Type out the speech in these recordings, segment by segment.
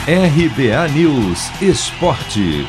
RBA News Esporte.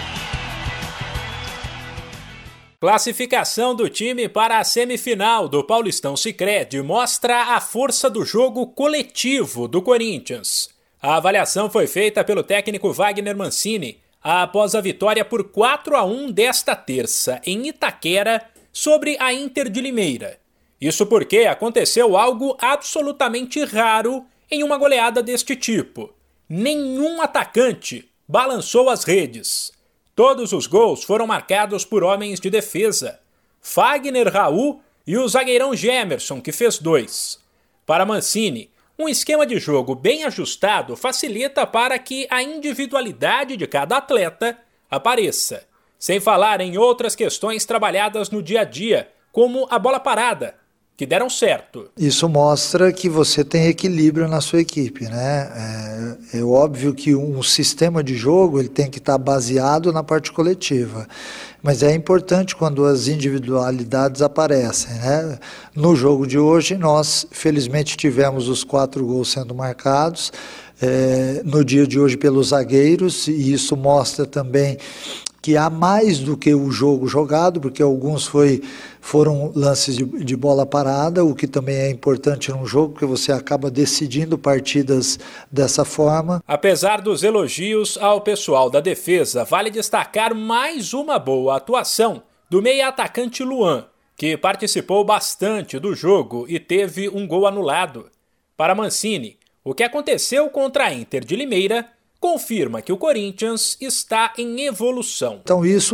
Classificação do time para a semifinal do Paulistão Sicredi mostra a força do jogo coletivo do Corinthians. A avaliação foi feita pelo técnico Wagner Mancini após a vitória por 4-1 desta terça em Itaquera sobre a Inter de Limeira. Isso porque aconteceu algo absolutamente raro em uma goleada deste tipo. Nenhum atacante balançou as redes. Todos os gols foram marcados por homens de defesa. Fagner, Raul e o zagueirão Gemerson, que fez 2. Para Mancini, um esquema de jogo bem ajustado facilita para que a individualidade de cada atleta apareça. Sem falar em outras questões trabalhadas no dia a dia, como a bola parada, que deram certo. Isso mostra que você tem equilíbrio na sua equipe, né? É óbvio que um sistema de jogo ele tem que estar baseado na parte coletiva, mas é importante quando as individualidades aparecem, né? No jogo de hoje nós felizmente tivemos os 4 gols sendo marcados, no dia de hoje pelos zagueiros, e isso mostra também que há mais do que o jogo jogado, porque alguns foram lances de bola parada, o que também é importante num jogo, porque você acaba decidindo partidas dessa forma. Apesar dos elogios ao pessoal da defesa, vale destacar mais uma boa atuação do meia-atacante Luan, que participou bastante do jogo e teve um gol anulado. Para Mancini, o que aconteceu contra a Inter de Limeira confirma que o Corinthians está em evolução. Então isso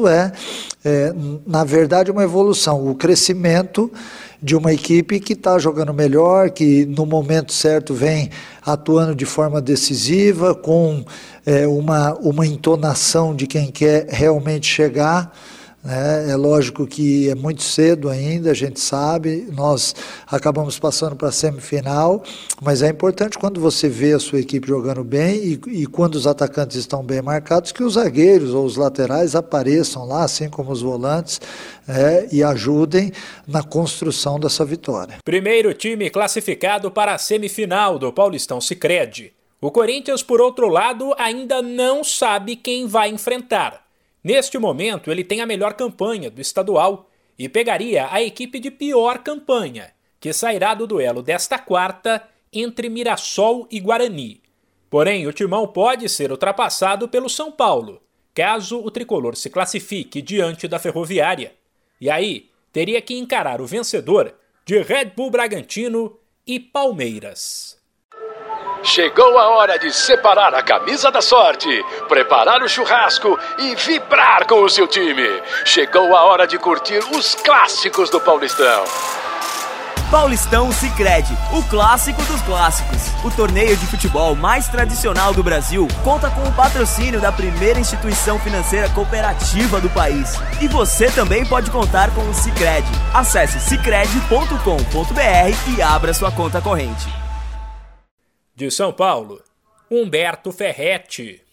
na verdade, uma evolução, o crescimento de uma equipe que está jogando melhor, que no momento certo vem atuando de forma decisiva, com uma entonação de quem quer realmente chegar. É lógico que é muito cedo ainda, a gente sabe, nós acabamos passando para a semifinal, mas é importante quando você vê a sua equipe jogando bem e quando os atacantes estão bem marcados, que os zagueiros ou os laterais apareçam lá, assim como os volantes, e ajudem na construção dessa vitória. Primeiro time classificado para a semifinal do Paulistão Sicredi. O Corinthians, por outro lado, ainda não sabe quem vai enfrentar. Neste momento, ele tem a melhor campanha do estadual e pegaria a equipe de pior campanha, que sairá do duelo desta quarta entre Mirassol e Guarani. Porém, o Timão pode ser ultrapassado pelo São Paulo, caso o tricolor se classifique diante da Ferroviária. E aí, teria que encarar o vencedor de Red Bull Bragantino e Palmeiras. Chegou a hora de separar a camisa da sorte, preparar o churrasco e vibrar com o seu time. Chegou a hora de curtir os clássicos do Paulistão. Paulistão Sicredi, o clássico dos clássicos. O torneio de futebol mais tradicional do Brasil conta com o patrocínio da primeira instituição financeira cooperativa do país. E você também pode contar com o Sicredi. Acesse sicredi.com.br e abra sua conta corrente. De São Paulo, Humberto Ferretti.